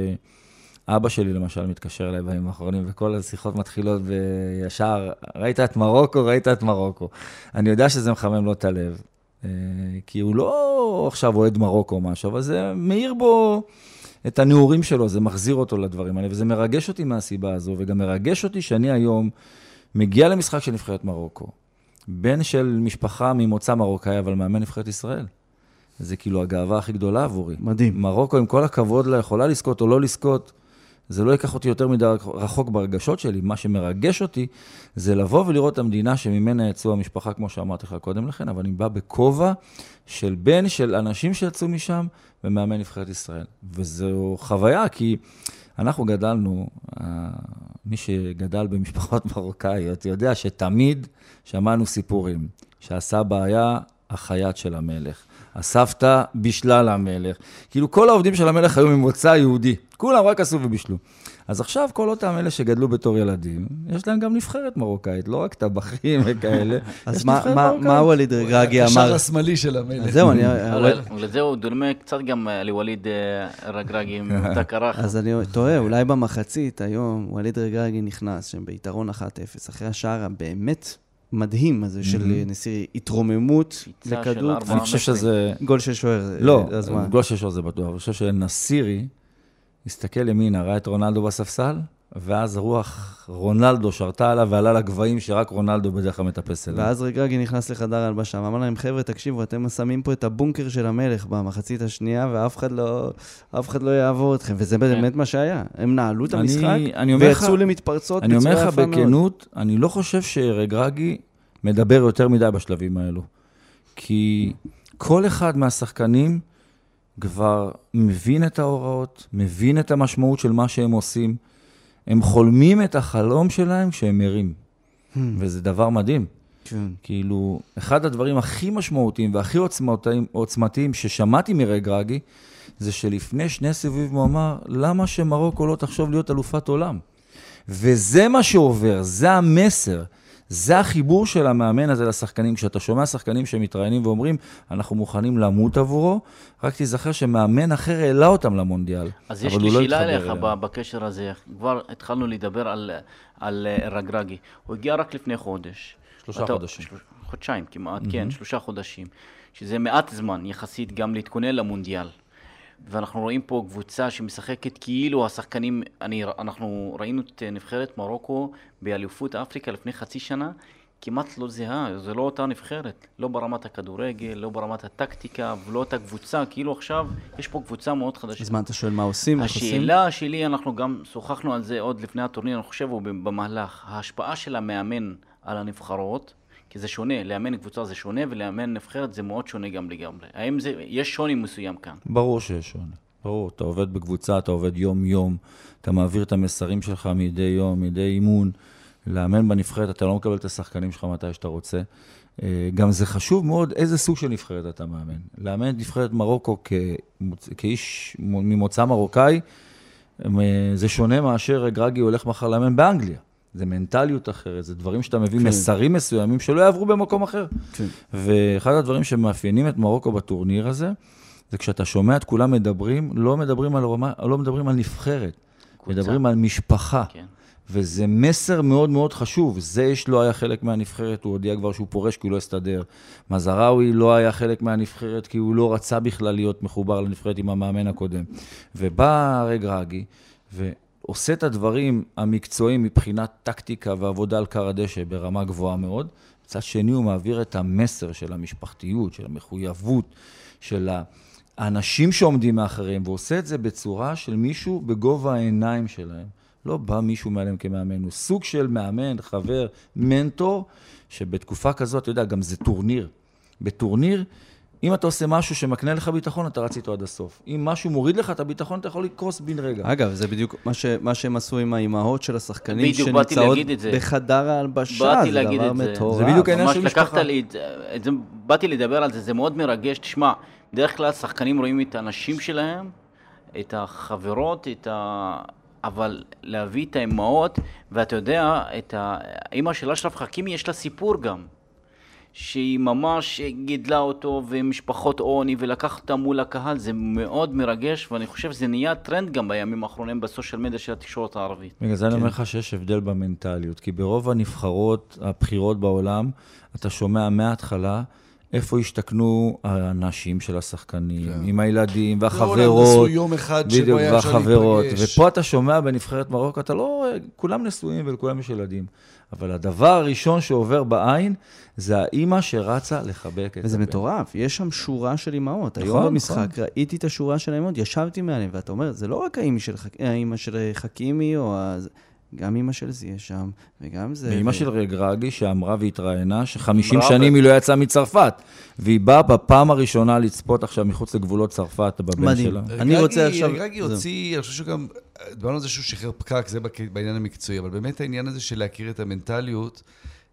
שאבא שלי למשל מתקשר אליי בימים האחרונים, וכל השיחות מתחילות בישר, ראית את מרוקו. אני יודע שזה מחמם לו את הלב, כי הוא לא עכשיו אוהד מרוקו או משהו, אבל זה מאיר בו את הנעורים שלו, זה מחזיר אותו לדברים האלה, וזה מרגש אותי מהסיבה הזו, וגם מרגש אותי שאני היום מגיע למשחק של נבחרת מרוקו, בן של משפחה ממוצא מרוקאי, אבל מאמן נבחרת ישראל. זה כאילו הגאווה הכי גדולה עבורי. מדהים. מרוקו, עם כל הכבוד לה, יכולה לזכות או לא לזכות, זה לא ייקח אותי יותר מדי רחוק ברגשות שלי. מה שמרגש אותי, זה לבוא ולראות את המדינה שממנה יצאו המשפחה, כמו שאמרתי לך קודם לכן, אבל אני בא בכובע של בן של אנשים שיצאו משם, ומאמן נבחרת ישראל. וזו חוויה, כי אנחנו גדלנו, מי שגדל במשפחות מרוקאיות, יודע שתמיד שמענו סיפורים, שהסבא היה החייט של המלך, הסבתא בישלה למלך, כאילו כל העובדים של המלך היו ממוצא יהודי, כולם רק עשו ובישלו. אז עכשיו כל אותם אלה שגדלו בתור ילדים, יש להם גם נבחרת מרוקאית, לא רק טבחים וכאלה. אז מה וליד רגרגי אמר? השער השמאלי של המלך. זהו, לזהו, דומה קצת גם לווליד רגרגי עם אותה קרח. אז אני טועה, אולי במחצית היום וליד רגרגי נכנס שם ביתרון 1-0, אחרי השער הבאמת מדהים הזה של נסירי, התרוממות לכדור. אני חושב שזה גול של שוער. לא, גול של שוער זה בטוח. אני חושב שנסירי הסתכל ימינה, ראה את רונלדו בספסל, ואז רוח רונלדו שרתה עליו ועלה לגבהים שרק רונלדו בדרך כלל מטפס אליו. ואז רגרגי נכנס לחדר הלבשה, אמר להם, חבר'ה, תקשיבו, אתם שמים פה את הבונקר של המלך במחצית השנייה, ואף אחד לא יעבור אתכם, וזה באמת מה שהיה. הם נעלו את המשחק, ויצאו למתפרצות בצורה יפה מאוד. אני אומר לך בכנות, מאוד. אני לא חושב שרגרגי מדבר יותר מדי בשלבים האלו, כי כל אחד מהשחקנים כבר מבין את ההוראות, מבין את המשמעות של מה שהם עושים, הם חולמים את החלום שלהם כשהם מרים. וזה דבר מדהים. כאילו, אחד הדברים הכי משמעותיים והכי עוצמתיים ששמעתי מרגרגי, זה שלפני 2 סיבובים הוא אמר, למה שמרוקו לא תחשוב להיות אלופת עולם? וזה מה שעובר, זה המסר. זה החיבור של המאמן הזה לשחקנים. כשאתה שומע שחקנים שמתראיינים ואומרים, אנחנו מוכנים למות עבורו, רק תזכר שמאמן אחר העלה אותם למונדיאל. אז יש לי שאלה אליך בקשר הזה. כבר התחלנו לדבר על רגרגי. הוא הגיע רק לפני חודש. 3 חודשים. חודשיים כמעט, כן, 3 חודשים. שזה מעט זמן יחסית גם להתכונן למונדיאל. ואנחנו רואים פה קבוצה שמשחקת כאילו השחקנים, אנחנו ראינו את נבחרת מרוקו באליפות אפריקה לפני חצי שנה, כמעט לא זהה, זה לא אותה נבחרת, לא ברמת הכדורגל, לא ברמת הטקטיקה, ולא אותה קבוצה, כאילו עכשיו יש פה קבוצה מאוד חדשה. אז מה אתה שואל, מה עושים? השאלה שלי, אנחנו גם שוחחנו על זה עוד לפני הטורניר, אני חושב, במהלך, ההשפעה של המאמן על הנבחרות, כי זה שונה, לאמן קבוצה זה שונה, ולאמן נבחרת זה מאוד שונה גם לגמרי. האם יש שוני מסוים כאן? ברור שיש שוני. ברור, אתה עובד בקבוצה, אתה עובד יום-יום, אתה מעביר את המסרים שלך מדי יום, מדי אימון, לאמן בנבחרת, אתה לא מקבל את השחקנים שלך מתי שאתה רוצה. גם זה חשוב מאוד איזה סוג של נבחרת אתה מאמן. לאמן את נבחרת מרוקו כאיש ממוצא מרוקאי, זה שונה מאשר רגרגי הולך מחר לאמן באנגליה. זה מנטליות אחרת, זה דברים שאתה מביא מסרים מסוימים שלא יעברו במקום אחר. ואחד הדברים שמאפיינים את מרוקו בטורניר הזה, זה כשאתה שומע את כולם מדברים, לא מדברים על נבחרת, מדברים על משפחה. וזה מסר מאוד מאוד חשוב. זה לא היה חלק מהנבחרת, הוא הודיע כבר שהוא פורש כי הוא לא הסתדר. מזראוי לא היה חלק מהנבחרת כי הוא לא רצה בכלל להיות מחובר לנבחרת עם המאמן הקודם. ובא רגרגי, עושה את הדברים המקצועיים מבחינת טקטיקה ועבודה על קר הדשא ברמה גבוהה מאוד, מצד שני הוא מעביר את המסר של המשפחתיות, של המחויבות, של האנשים שעומדים מאחריהם, ועושה את זה בצורה של מישהו בגובה העיניים שלהם. לא בא מישהו מעליהם כמאמן, הוא סוג של מאמן, חבר, מנטור, שבתקופה כזאת, אתה יודע, גם זה טורניר. בטורניר, אם אתה עושה משהו שמקנה לך ביטחון, אתה רץ איתו עד הסוף. אם משהו מוריד לך את הביטחון, אתה יכול לקרוס בין רגע. אגב, זה בדיוק מה שהם עשו עם האימהות של השחקנים, שנמצאות בחדר ההלבשה, זה דבר מטורף. זה בדיוק העניין של משפחה. באתי לדבר על זה, זה מאוד מרגש. תשמע, בדרך כלל שחקנים רואים את האנשים שלהם, את החברות, אבל להביא את האימהות, ואתה יודע, האימא של אשרף חכימי יש לה סיפור גם. שהיא ממש גידלה אותו ומשפחות עוני ולקח אותה מול הקהל, זה מאוד מרגש, ואני חושב שזה נהיה טרנד גם בימים האחרונים בסושיאל מדיה של התקשורת הערבית. בגלל זה אני אומר לך שיש הבדל במנטליות, כי ברוב הנבחרות, הבחירות בעולם, אתה שומע מההתחלה איפה השתכנו האנשים של השחקנים, עם הילדים והחברות, לא, יום אחד שבו היה אפשר להיפגש. ופה אתה שומע בנבחרת מרוקו, אתה לא רואה, כולם נשואים ולכולם יש ילדים. אבל הדבר הראשון שעובר בעין, זה האמא שרצה לחבק את וזה הבן. מטורף, יש שם שורה של אמהות. נכון, היום במשחק ראיתי את השורה של האמהות, ישבתי מעליהם, ואתה אומר, זה לא רק האמא של חכימי, גם אמא של זה יש שם, וגם זה... ואמא של רגרגי שאמרה והתראיינה, ש50 שנים היא לא יצאה מצרפת, והיא באה בפעם הראשונה לצפות עכשיו מחוץ לגבולות צרפת בבן שלה. אני רוצה עכשיו... רגרגי הוציא, אני חושב שגם, דברנו על זה שהוא שחרר פקק, זה בעניין המקצועי, אבל באמת העניין הזה של להכיר את המנטליות,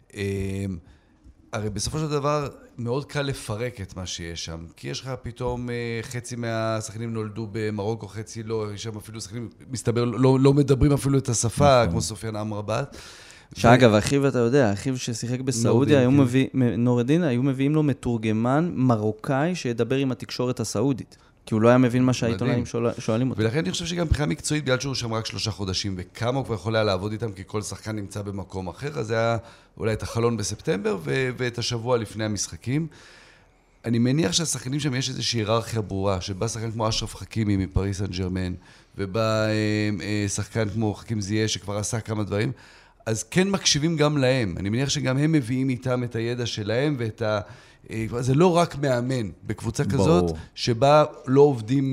הרי בסופו של דבר מאוד קל לפרק את מה שיש שם, כי יש לך פתאום חצי מהשחקנים נולדו במרוקו, חצי לא, יש שם אפילו שחקנים, מסתבר, לא מדברים אפילו את השפה, כמו סופיאן אמרבת. שאגב, אחיו, אתה יודע, אחיו ששיחק בסעודיה, נורדין, היו מביאים לו מתורגמן מרוקאי שידבר עם התקשורת הסעודית. כי הוא לא היה מבין מה שהעיתונאים שואלים אותו. ולכן אני חושב שגם מבחינה מקצועית, בגלל שהוא שם רק 3 חודשים, וכמה הוא כבר יכול היה לעבוד איתם, כי כל שחקן נמצא במקום אחר, אז זה היה אולי את החלון בספטמבר, ואת השבוע לפני המשחקים. אני מניח שהשחקנים שם יש איזושהי היררכיה ברורה, שבא שחקן כמו אשרף חכימי מפריס סן ז'רמן, ובא שחקן כמו חכים זיה, שכבר עשה כמה דברים, אז כן מקשיבים גם להם. אני מניח שגם הם מביאים איתם את הידע שלהם, ואת זה לא רק מאמן בקבוצה כזאת, שבה לא עובדים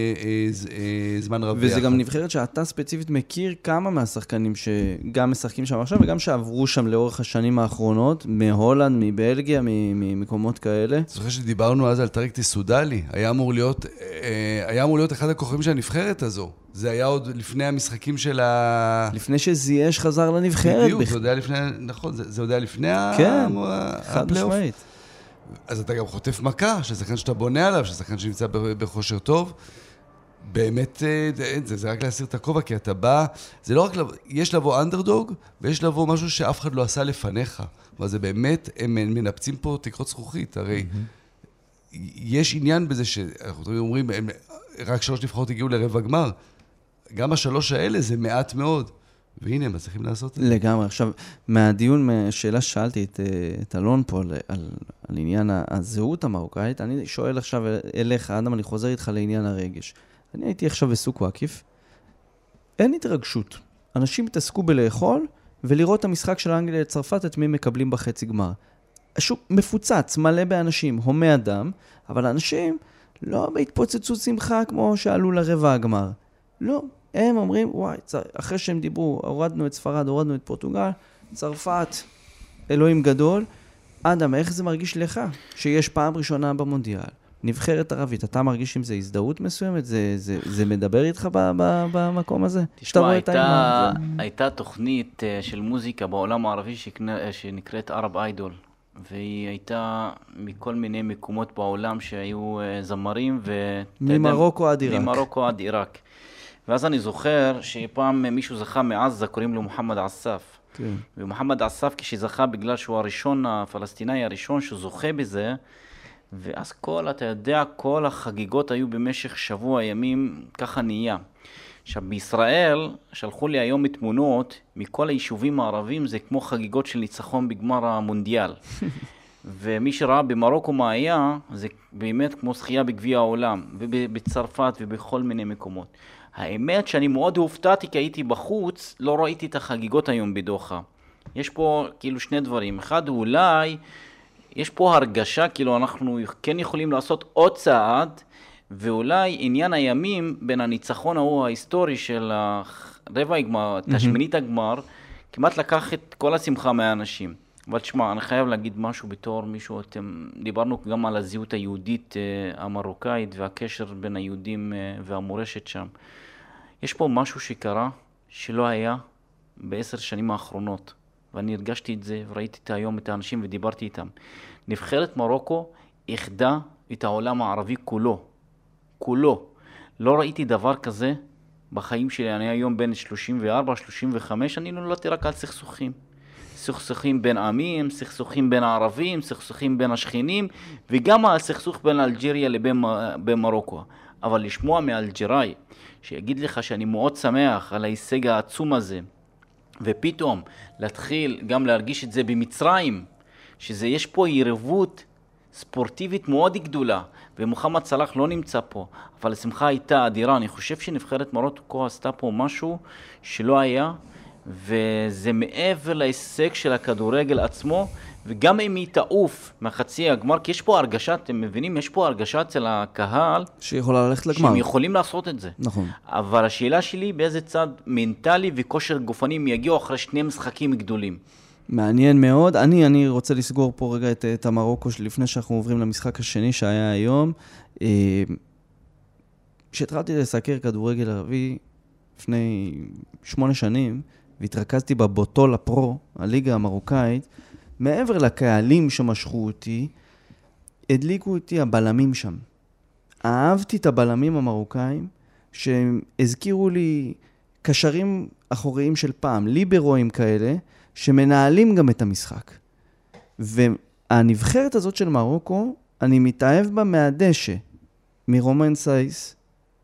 זמן רב ביחד. וזה גם נבחרת שאתה ספציפית מכיר כמה מהשחקנים שגם משחקים שם עכשיו, וגם שעברו שם לאורך השנים האחרונות, מהולנד, מבלגיה, ממקומות כאלה. זוכר שדיברנו אז על טריק תסודלי, היה אמור להיות אחד הכוכבים של הנבחרת הזו. זה היה עוד לפני המשחקים של לפני שזייש חזר לנבחרת. בדיוק, זה עוד היה לפני, נכון, זה עוד היה לפני כן, חד משמעית. אז אתה גם חוטף מכה, ששחקן שאתה בונה עליו, ששחקן שנמצא בכושר טוב, באמת, זה רק להסיר את הכובע, כי אתה בא, זה לא רק, יש לבוא אנדרדוג, ויש לבוא משהו שאף אחד לא עשה לפניך. אבל זה באמת, הם מנפצים פה תקרות זכוכית, הרי יש עניין בזה שאנחנו אומרים, רק 3 נבחרות הגיעו לרבע גמר, גם 3 האלה זה מעט מאוד. והנה, הם מצליחים לעשות את זה. לגמרי. עכשיו, מהדיון, שאלה ששאלתי את אלון פה על עניין הזהות המרוקאית, אני שואל עכשיו אליך, אדם, אני חוזר איתך לעניין הרגש. אני הייתי עכשיו בסוק וקיף, אין התרגשות. אנשים התעסקו בלאכול, ולראות את המשחק של אנגליה לצרפת, את מי מקבלים בחצי גמר. השוק מפוצץ, מלא באנשים, הומי אדם, אבל האנשים לא בהתפוצצות שמחה כמו שעלו לרבע הגמר. לא. הם אומרים, וואי, אחרי שהם דיברו, הורדנו את ספרד, הורדנו את פורטוגל, צרפת, אלוהים גדול. אדם, איך זה מרגיש לך? שיש פעם ראשונה במונדיאל, נבחרת ערבית, אתה מרגיש עם זה הזדהות מסוימת? זה מדבר איתך במקום הזה? תשמע, הייתה תוכנית של מוזיקה בעולם הערבי שנקראת ערב איידול, והיא הייתה מכל מיני מקומות בעולם שהיו זמרים, ממרוקו עד עיראק. ממרוקו עד עיראק. ואז אני זוכר שפעם מישהו זכה מעזה, קוראים לו מוחמד עסף. כן. ומוחמד עסף כשזכה בגלל שהוא הראשון, הפלסטיני הראשון שזוכה בזה, ואז אתה יודע, כל החגיגות היו במשך שבוע ימים, ככה נהיה. עכשיו, בישראל שלחו לי היום תמונות מכל היישובים הערבים, זה כמו חגיגות של ניצחון בגמר המונדיאל. ומי שראה במרוקו מה היה, זה באמת כמו זכייה בגביע העולם, ובצרפת ובכל מיני מקומות. האמת שאני מאוד הופתעתי כי הייתי בחוץ, לא ראיתי את החגיגות היום בדוחה. יש פה כאילו שני דברים. אחד, אולי יש פה הרגשה, כאילו אנחנו כן יכולים לעשות עוד צעד, ואולי עניין הימים בין הניצחון ההיסטורי של רבע הגמר, השמינית הגמר, כמעט לקח את כל השמחה מהאנשים. אבל תשמע, אני חייב להגיד משהו בתור מישהו, דיברנו גם על הזהות היהודית המרוקאית והקשר בין היהודים והמורשת שם. יש פה משהו שקרה שלא היה ב10 שנים האחרונות, ואני הרגשתי את זה וראיתי את היום את האנשים ודיברתי איתם. נבחרת מרוקו איחדה את העולם הערבי כולו. כולו. לא ראיתי דבר כזה בחיים שלי. אני היום בין 34, 35, אני נולדתי רק על סכסוכים. סכסוכים בין עמים, סכסוכים בין הערבים, סכסוכים בין השכנים, וגם הסכסוך בין אלג'יריה לבין מרוקו. אבל לשמוע מאלג'יראי, שיגיד לך שאני מאוד שמח על ההישג העצום הזה, ופתאום להתחיל גם להרגיש את זה במצרים, יש פה יריבות ספורטיבית מאוד גדולה, ומוחמד סלאח לא נמצא פה, אבל השמחה הייתה אדירה. אני חושב שנבחרת מרוקו עשתה פה משהו שלא היה, וזה מעבר להישג של הכדורגל עצמו, וגם אם היא תעוף מחצי הגמר, כי יש פה הרגשה, אתם מבינים, יש פה הרגשה אצל הקהל, שיכולה ללכת לגמר. שהם יכולים לעשות את זה. נכון. אבל השאלה שלי, באיזה צד מנטלי וכושר גופני הם יגיעו אחרי שני משחקים גדולים. מעניין מאוד. אני רוצה לסגור פה רגע את המרוקו לפני שאנחנו עוברים למשחק השני שהיה היום. כשהתחלתי לסקר כדורגל ערבי לפני 8 שנים, והתרכזתי בבוטול הפרו, הליגה המרוקאית, מעבר לקהלים שמשכו אותי, הדליקו אותי הבלמים שם. אהבתי את הבלמים המרוקאים, שהזכירו לי קשרים אחוריים של פעם, ליברואים כאלה, שמנהלים גם את המשחק. והנבחרת הזאת של מרוקו, אני מתאהב בה מהדשא, מרומן סייס,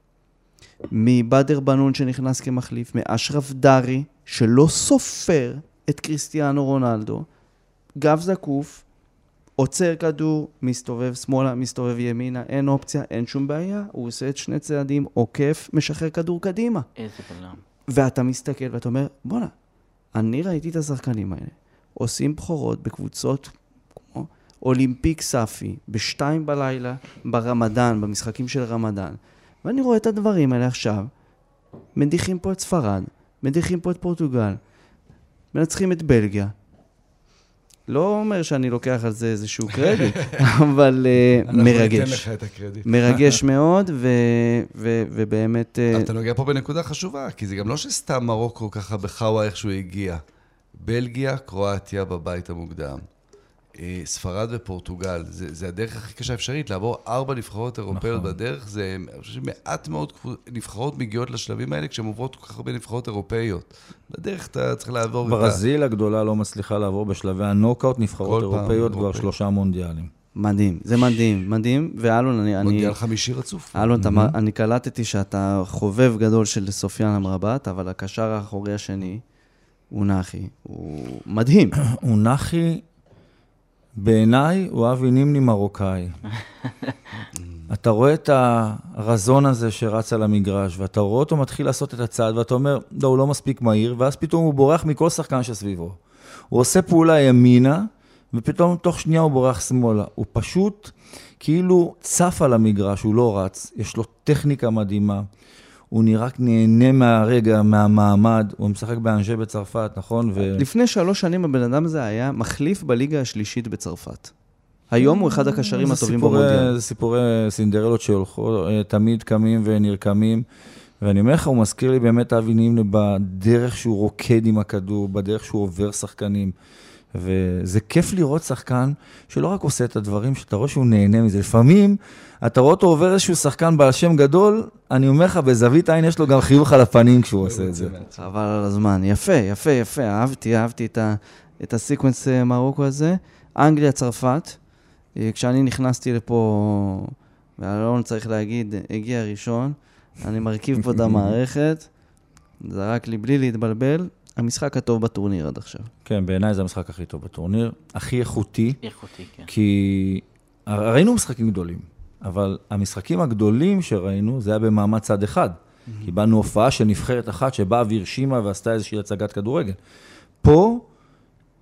מבדר בנון שנכנס כמחליף, מאשרף דרי, שלא סופר את קריסטיאנו רונלדו, גב זקוף, עוצר כדור, מסתובב שמאלה, מסתובב ימינה, אין אופציה, אין שום בעיה, הוא עושה את 2 צעדים, עוקף, משחרר כדור קדימה. איזה בלם. ואתה מסתכל ואתה אומר, בוא'נה, אני ראיתי את השחקנים האלה, עושים בחירות בקבוצות כמו אולימפיק ספי, ב2 בלילה, ברמדאן, במשחקים של רמדאן, ואני רואה את הדברים האלה עכשיו, מדיחים פה את ספרד, מדיחים פה את פורטוגל, מנצחים את בלגיה. לא אומר שאני לוקח על זה איזשהו קרדיט, אבל מרגש. אנחנו ניתן לך את הקרדיט. מרגש מאוד, ובאמת... אבל אתה נוגע פה בנקודה חשובה, כי זה גם לא שסתם מרוקו ככה בחאווה איך שהוא הגיע. בלגיה, קרואטיה בבית המוקדם. ספרד ופורטוגל, זה הדרך הכי קשה אפשרית, לעבור 4 נבחרות אירופאיות בדרך, זה, אני חושב שמעט מאוד נבחרות מגיעות לשלבים האלה, כשהן עוברות כל כך הרבה נבחרות אירופאיות. בדרך אתה צריך לעבור... ברזיל הגדולה לא מצליחה לעבור בשלבי הנוקאוט, נבחרות אירופאיות כבר 3 מונדיאלים. מדהים, זה מדהים, מדהים, ואלון, אני... מונדיאל 5 רצוף. אלון, אני קלטתי שאתה חובב גדול של סופיאן אמרבת, אבל הקשר האחורי השני, הוא נחי, הוא מדהים. הוא נחי... בעיניי הוא אבי נימני מרוקאי. אתה רואה את הרזון הזה שרץ על המגרש, ואתה רואה אותו מתחיל לעשות את הצעד, ואתה אומר, לא, הוא לא מספיק מהיר, ואז פתאום הוא בורח מכל שחקן שסביבו. הוא עושה פעולה ימינה, ופתאום תוך שנייה הוא בורח שמאלה. הוא פשוט כאילו צף על המגרש, הוא לא רץ, יש לו טכניקה מדהימה. הוא נראה נהנה מהרגע, מהמעמד, הוא משחק באנג'ה בצרפת, נכון? לפני 3 שנים הבן אדם הזה היה מחליף בליגה השלישית בצרפת. היום הוא אחד הקשרים הטובים במונדיאל. זה סיפורי סינדרלות שהולכו, תמיד קמים ונרקמים, ואני אומר לך, הוא מזכיר לי באמת אבי נימני בדרך שהוא רוקד עם הכדור, בדרך שהוא עובר שחקנים, וזה כיף לראות שחקן שלא רק עושה את הדברים, שאתה רואה שהוא נהנה מזה. לפעמים אתה רואה אותו עובר איזשהו שחקן בעל שם גדול, אני אומר לך, בזווית העין יש לו גם חיוך על הפנים כשהוא עושה את זה. אבל על הזמן, יפה, יפה, יפה, אהבתי את הסיקוונס מרוקו הזה. אנגליה, צרפת, כשאני נכנסתי לפה, ואלון צריך להגיד, הגיע ראשון, אני מרכיב פה את המערכת, זרק לי בלי להתבלבל, המשחק הטוב בטורניר עד עכשיו. כן, בעיניי זה המשחק הכי טוב בטורניר, הכי איכותי. איכותי, כן. כי ראינו משחקים גדולים, אבל המשחקים הגדולים שראינו, זה היה במעמד צד אחד. קיבלנו הופעה של נבחרת אחת שבאה והרשימה ועשתה איזושהי הצגת כדורגל. פה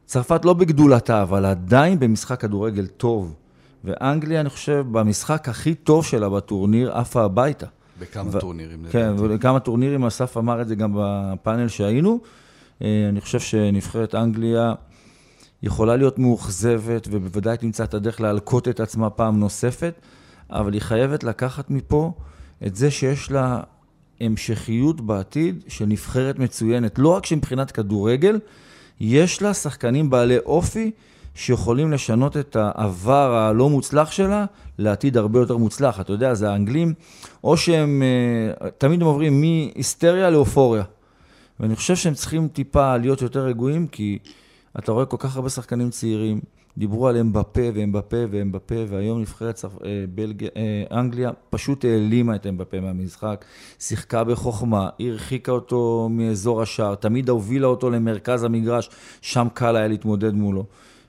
צרפת לא בגדולתה, אבל עדיין במשחק כדורגל טוב. ואנגליה, אני חושב, במשחק הכי טוב שלה בטורניר, עפה הביתה. בכמה טורנירים. כן, וכמה טורנירים, אסף אמר את זה גם בפאנל שהיינו. אני חושב שנבחרת אנגליה יכולה להיות מאוכזבת, ובוודאי תמצא את הדרך להלקות את עצמה פעם נוספת, אבל היא חייבת לקחת מפה את זה שיש לה המשכיות בעתיד של נבחרת מצוינת. לא רק שמבחינת כדורגל, יש לה שחקנים בעלי אופי שיכולים לשנות את העבר הלא מוצלח שלה לעתיד הרבה יותר מוצלח. אתה יודע, זה האנגלים, או שהם תמיד עוברים מהיסטריה לאופוריה. ואני חושב שהם צריכים טיפה להיות יותר רגועים, כי אתה רואה כל כך הרבה שחקנים צעירים, דיברו עליהם בפה והם בפה, והיום נבחרת אנגליה פשוט העלימה את הם בפה מהמשחק, שיחקה בחוכמה, הרחיקה אותו מאזור השער, תמיד הובילה אותו למרכז המגרש, שם קל היה להתמודד מולו.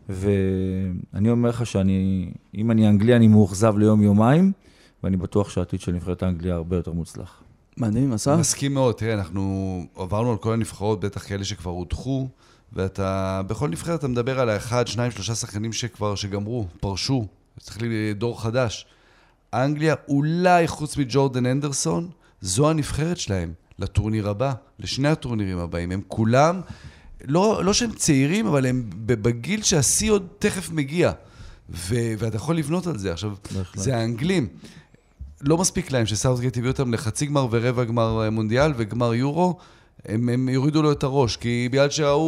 ואני אומר לך אם אני אנגליה, אני מאוכזב ליום-יומיים, ואני בטוח שהעתיד של נבחרת אנגליה הרבה יותר מוצלח. מדהים, אסף? מסכים מאוד, תראה, אנחנו עברנו על כל הנבחרות, בטח כאלה שכבר הודחו, ואתה, בכל נבחרת אתה מדבר על 1, 2, 3 שחקנים שגמרו, פרשו, צריך לי דור חדש. אנגליה, אולי חוץ מג'ורדן אנדרסון, זו הנבחרת שלהם, לטורניר הבא, לשני הטורנירים הבאים. הם כולם, לא שהם צעירים, אבל הם בגיל שהשיא עוד תכף מגיע. ואתה יכול לבנות על זה. עכשיו, זה האנגלים. לא מספיק להם שסאוטגייט הביא אותם לחצי גמר ורבע גמר מונדיאל וגמר יורו, הם יורידו לו את הראש, כי בגלל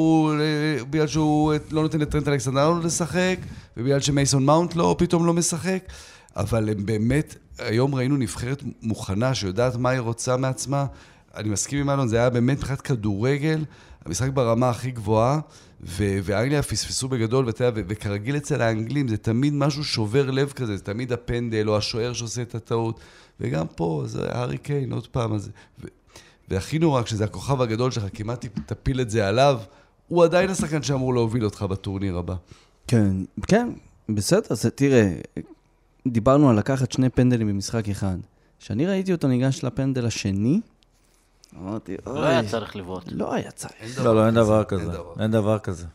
שהוא לא נותן לטרנט אלכסנדר לשחק, ובגלל שמייסון מאונט פתאום לא משחק, אבל הם באמת, היום ראינו נבחרת מוכנה, שיודעת מה היא רוצה מעצמה. אני מסכים עם אלון, זה היה באמת מבחינת כדורגל, המשחק ברמה הכי גבוהה, ואנגליה פספסו בגדול, וכרגיל אצל האנגלים, זה תמיד משהו שובר לב כזה, זה תמיד הפנדל או השוער שעושה את הטעות, וגם פה, זה הארי קיין, עוד פעם, והכי נורא, כשזה הכוכב הגדול שלך, כמעט תפיל את זה עליו, הוא עדיין השחקן שאמור להוביל אותך בטורניר הבא. כן, כן, בסדר, אז תראה, דיברנו על לקחת 2 פנדלים במשחק אחד. כשאני ראיתי אותו ניגש לפנדל השני, אמרתי, לא היה צריך לבעוט. לא היה צריך. לא, אין דבר כזה. אין דבר כזה.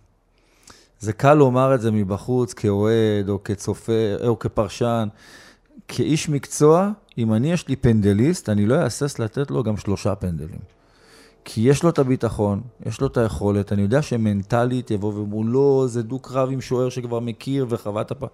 זה קל לומר את זה מבחוץ, כאוהד, או כצופה, או כפרשן. כאיש מקצוע, אם אני יש לי פנדליסט, אני לא אעסס לתת לו גם 3 פנדלים. כי יש לו את הביטחון, יש לו את היכולת, אני יודע שמנטלית יבוא ומולו, זה דוק רב עם שוער שכבר מכיר וחוות הפעם.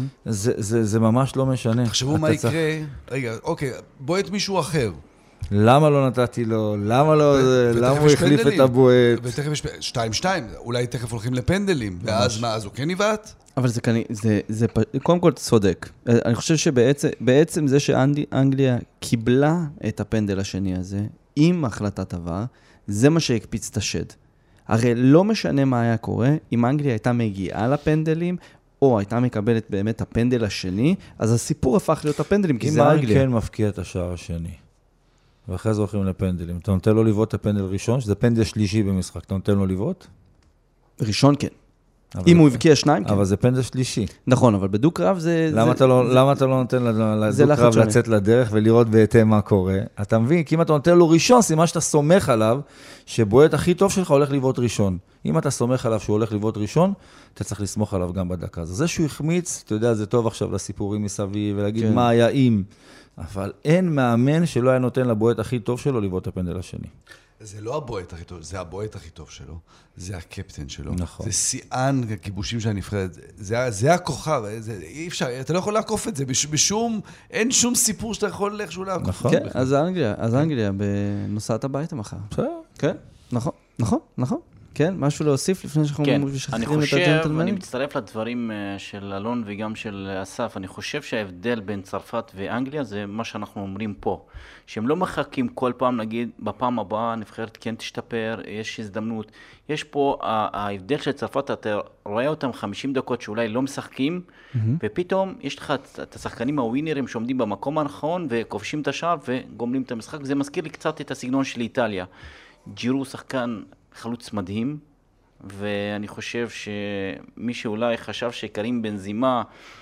זה ממש לא משנה. תחשבו מה יקרה, רגע, אוקיי, בועט מישהו אחר. למה לא נתתי לו? למה הוא החליף את הבועט? ותכף יש 2-2, אולי תכף הולכים לפנדלים, ואז מה, אז הוא כן יבעט? אבל זה קודם כל צודק. אני חושב שבעצם זה שאנגליה קיבלה את הפנדל השני הזה, עם החלטת עבר, זה מה שהקפיץ את השד. הרי לא משנה מה היה קורה, אם אנגליה הייתה מגיעה לפנדלים, או הייתה מקבלת באמת הפנדל השני, אז הסיפור הפך להיות הפנדלים, כי זה אנגליה. אם כן מפקיע את השער השני, ואחרי זה הולכים לפנדלים, אתה נותן לו לבעוט את הפנדל ראשון, שזה פנדל שלישי במשחק, אתה נותן לו לבעוט? ראשון כן. אם הוא הבקיע 2, כן. אבל זה פנדל שלישי. נכון, אבל בדוק רב זה... למה אתה לא נותן לדוק רב לצאת לדרך ולראות בהתאם מה קורה? אתה מבין, כי אם אתה נותן לו ראשון, סימן שאתה סומך עליו, שבועט הכי טוב שלך הולך לבעוט ראשון. אם אתה סומך עליו שהוא הולך לבעוט ראשון, אתה צריך לסמוך עליו גם בדקה. אז זה שהוא החמיץ, אתה יודע, זה טוב עכשיו לסיפורים מסביב, ולהגיד מה היה אם. אבל אין מאמן שלא היה נותן לבועט הכי טוב שלו לבעוט את הפנדל השני. זה לא הבועט הכי טוב, זה הבועט הכי טוב שלו, זה הקפטן שלו. נכון. זה שיאן הכיבושים של הנבחרת, זה הכוכב, אי אפשר, אתה לא יכול לעקוף את זה, אין שום סיפור שאתה יכול איכשהו לעקוף. נכון. כן, אז אנגליה בנוסעת הביתה מחר. בסדר. כן, נכון. כן, משהו להוסיף לפני שאנחנו משחררים את הג'נטלמנים? אני מצטרף לדברים של אלון וגם של אסף. אני חושב שההבדל בין צרפת ואנגליה זה מה שאנחנו אומרים פה. שהם לא מחכים כל פעם, נגיד, בפעם הבאה הנבחרת כן תשתפר, יש הזדמנות. יש פה, ההבדל של צרפת, אתה רואה אותם 50 דקות שאולי לא משחקים, ופתאום יש לך את השחקנים הווינרים שעומדים במקום הנכון, וכובשים את השער וגומלים את המשחק. זה מזכיר לי קצת את הסגנון של איטליה. ג'ירו שחקן חלוץ מדהים, ואני חושב שמי שאולי חשב שקרים בנזימה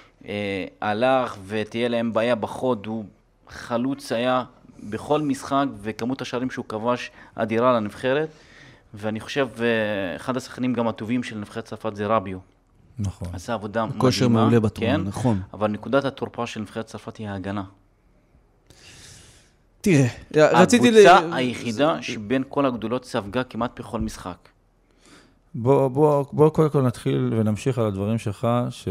הלך ותהיה להם בעיה בחוד, הוא חלוץ היה בכל משחק, וכמות השערים שהוא כבש אדירה לנבחרת, ואני חושב, אחד השחקנים גם הטובים של נבחרת צרפת זה רביו. נכון. עשה עבודה מדהימה. כושר מעולה בתחום, כן? נכון. אבל נקודת התורפה של נבחרת צרפת היא ההגנה. תראה, רציתי... הקבוצה היחידה שבין כל הגדולות ספגה כמעט בכל משחק. בוא קודם כל נתחיל ונמשיך על הדברים שלך,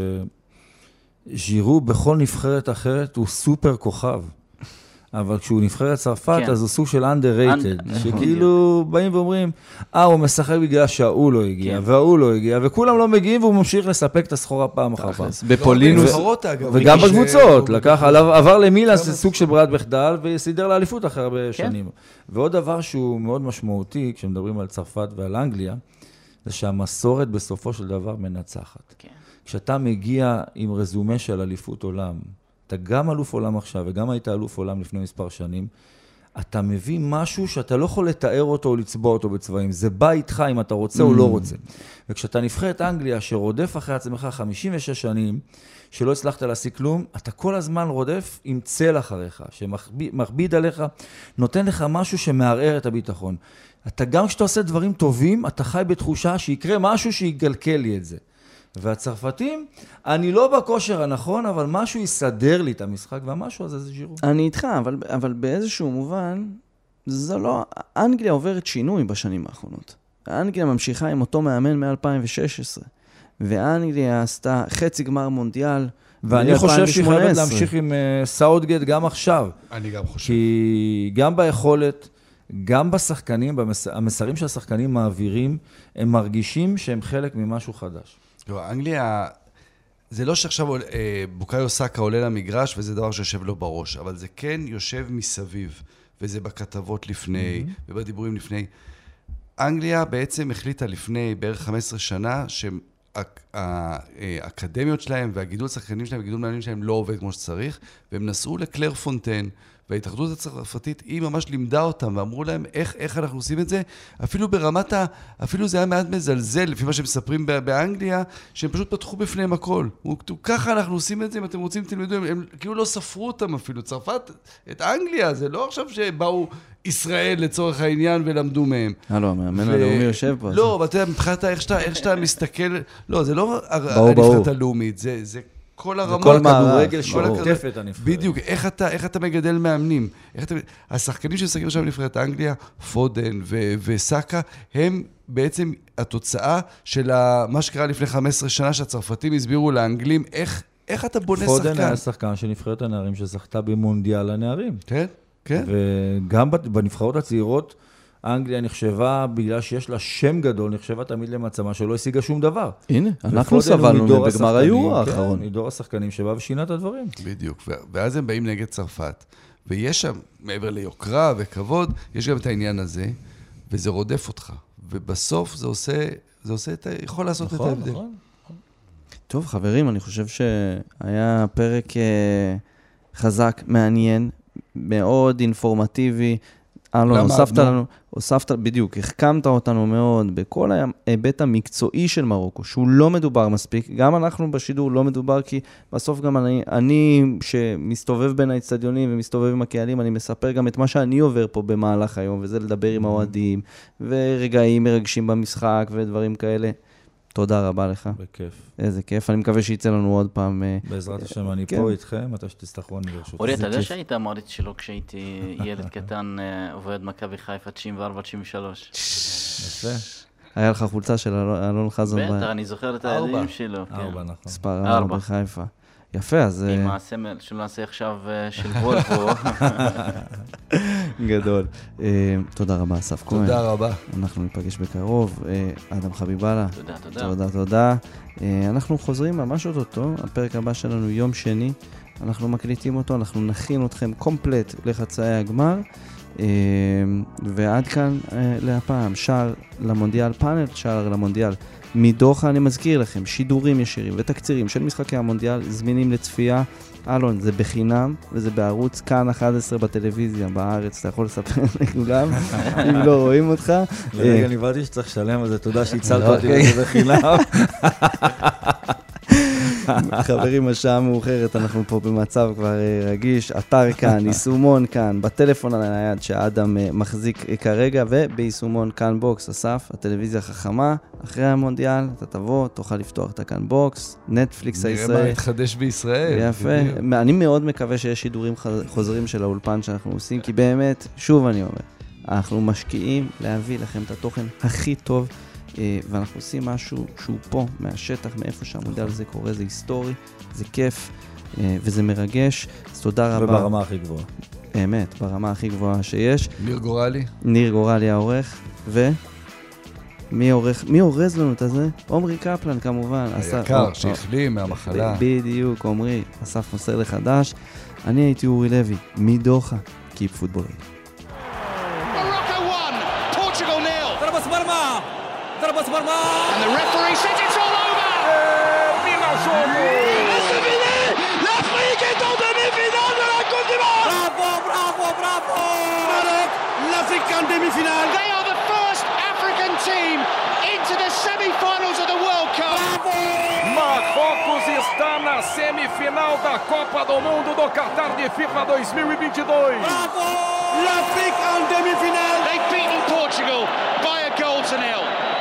שז'ירו בכל נבחרת אחרת הוא סופר כוכב. אבל כשהוא נבחרת צרפת, כן. אז הוא סוג של underrated, שכאילו באים ואומרים, הוא משחק בגלל שההוא לא הגיע, כן. וההוא לא הגיע, וכולם לא מגיעים, והוא ממשיך לספק את הסחורה פעם אחר פעם. בפולין... וגם בקבוצות, עבר למילאן, זה סוג של ברירת מחדל, וסידר לאליפות אחרי הרבה שנים. ועוד דבר שהוא מאוד משמעותי, כשמדברים על צרפת ועל אנגליה, זה שהמסורת בסופו של דבר מנצחת. כן. כשאתה מגיע עם רזומה של אליפות עולם, אתה גם אלוף עולם עכשיו, וגם היית אלוף עולם לפני מספר שנים, אתה מביא משהו שאתה לא יכול לתאר אותו או לצבוע אותו בצבעים. זה בא איתך אם אתה רוצה או לא רוצה. וכשאתה נבחרת אנגליה שרודף אחרי עצמך 56 שנים, שלא הצלחת להשיג כלום, אתה כל הזמן רודף עם צל אחריך, שמכביד עליך, נותן לך משהו שמערער את הביטחון. אתה גם כשאתה עושה דברים טובים, אתה חי בתחושה שיקרה משהו שיגלקל לי את זה. והצרפתים, אני לא בכושר הנכון, אבל משהו יסדר לי את המשחק, והמשהו הזה זה ז'ירו. אני איתך, אבל באיזשהו מובן, זה לא... אנגליה עוברת שינוי בשנים האחרונות. אנגליה ממשיכה עם אותו מאמן מ-2016, ואנגליה עשתה חצי גמר מונדיאל, ואני חושב שהיא חייבת להמשיך עם סאוטגייט גם עכשיו. אני גם חושב. כי גם ביכולת, גם בשחקנים, המסרים שהשחקנים מעבירים, הם מרגישים שהם חלק ממשהו חדש. אנגליה, זה לא שעכשיו בוקאיו סאקה עולה למגרש, וזה דבר שיושב לו בראש, אבל זה כן יושב מסביב, וזה בכתבות לפני, ובדיבורים לפני. אנגליה בעצם החליטה לפני בערך 15 שנה, שהאקדמיות שלהם והגידול השחקנים שלהם והגידול מנהלים שלהם לא עובד כמו שצריך, והם נסעו לקלר פונטן, וההתאחדות הצרפתית היא ממש לימדה אותם, ואמרו להם איך אנחנו עושים את זה, אפילו ברמת אפילו זה היה מעט מזלזל, לפי מה שמספרים באנגליה, שהם פשוט פתחו בפניהם הכל. ככה אנחנו עושים את זה, אם אתם רוצים תלמדו, הם כאילו לא ספרו אותם אפילו. צרפת, את אנגליה, זה לא עכשיו שבאו ישראל לצורך העניין ולמדו מהם. לא, המאמן הלאומי יושב פה. לא, אבל אתה יודע, מבחינת איך שאתה מסתכל, לא, זה לא הנבחרת הלאומית, זה כל הרמות, כל כדורגל שעוטף את הנבחרת. בדיוק, איך אתה מגדל מאמנים? השחקנים שמשחקים עכשיו בנבחרת אנגליה, פודן וסאקה, הם בעצם התוצאה של מה שקרה לפני 15 שנה, שהצרפתים הסבירו לאנגלים, איך אתה בונה שחקן? פודן היה שחקן של נבחרת הנערים שזכתה במונדיאל הנערים. כן, כן. וגם בנבחרות הצעירות, אנגליה נחשבה, בגלל שיש לה שם גדול, נחשבה תמיד למצמה שלא השיגה שום דבר. הנה, אנחנו סבלנו בגמר היורו האחרון. כן, מדור השחקנים שבא ושינה את הדברים. בדיוק, ואז הם באים נגד צרפת, ויש שם, מעבר ליוקרה וכבוד, יש גם את העניין הזה, וזה רודף אותך. ובסוף זה עושה יכול לעשות את ההבדל. טוב, חברים, אני חושב שהיה פרק חזק, מעניין, מאוד אינפורמטיבי. אלון, הוספת, בדיוק, החכמת אותנו מאוד בכל ההיבט המקצועי של מרוקו, שהוא לא מדובר מספיק, גם אנחנו בשידור לא מדובר, כי בסוף גם אני שמסתובב בין האצטדיונים ומסתובב עם הקהלים, אני מספר גם את מה שאני עובר פה במהלך היום, וזה לדבר עם האוהדים, ורגעים מרגשים במשחק ודברים כאלה. תודה רבה לך. בכיף. איזה כיף, אני מקווה שיצא לנו עוד פעם. בעזרת השם, אני פה איתכם, מתי שתצטרכו אני לרשות. אורי, אתה יודע שהיית המעריץ שלו כשהייתי ילד קטן, עובד מכבי חיפה 94-93. יפה. היה לך חולצה של אלון חזון. בטח, אני זוכר את הילדים שלו. 4, נכון. מספר 4 בחיפה. יפה, אז... עם הסמל שלו נעשה עכשיו של וולפו. גדול. תודה רבה, אסף כהן. תודה רבה. אנחנו ניפגש בקרוב. אדם חביבאללה. תודה. תודה. אנחנו חוזרים ממש אותו. הפרק הבא שלנו יום שני. אנחנו מקליטים אותו, אנחנו נכין אתכם קומפלט לחצאי הגמר. ועד כאן להפעם, שער למונדיאל, פאנל שער למונדיאל. מדוחה אני מזכיר לכם, שידורים ישירים ותקצירים של משחקי המונדיאל זמינים לצפייה. אלון, זה בחינם, וזה בערוץ כאן 11 בטלוויזיה בארץ, אתה יכול לספר לכולם, אם לא רואים אותך. לרגע נבדתי שצריך לשלם על זה, תודה שהצלת אותי בזה בחינם. חברים, השעה מאוחרת, אנחנו פה במצב כבר רגיש, אתר כאן, יישומון כאן, בטלפון על הנייד שאדם מחזיק כרגע, וביישומון כאן בוקס, אסף, הטלוויזיה החכמה, אחרי המונדיאל, אתה תבוא, תוכל לפתוח את הכאן בוקס, נטפליקס הישראל. נראה מה יתחדש בישראל. יפה, אני מאוד מקווה שיש שידורים חוזרים של האולפן שאנחנו עושים, כי באמת, שוב אני אומר, אנחנו משקיעים להביא לכם את התוכן הכי טוב, ואנחנו עושים משהו שהוא פה, מהשטח, מאיפה שהמונדיאל הזה קורה, זה היסטורי, זה כיף, וזה מרגש. אז תודה רבה. וברמה הכי גבוהה. באמת, ברמה הכי גבוהה שיש. ניר גורלי. ניר גורלי העורך, מי אורז לנו את זה? עומרי קפלן כמובן. היקר, שהחלים מהמחלה. בדיוק, עומרי, אסף מוסר לחדש. אני הייתי אורי לוי, מדוחה, קיפ פוטבול. ضربة مرمى And the referee says it's all over. L'Afrique est en demi-finale de la Coupe du Monde. Bravo Maroc, l'Afrique en demi-finale. They are the first African team into the semi-finals of the World Cup. Marrocos está na semifinal da Copa do Mundo do Qatar de FIFA 2022. Bravo, l'Afrique en demi-finale. They've beaten Portugal by a goal to nil.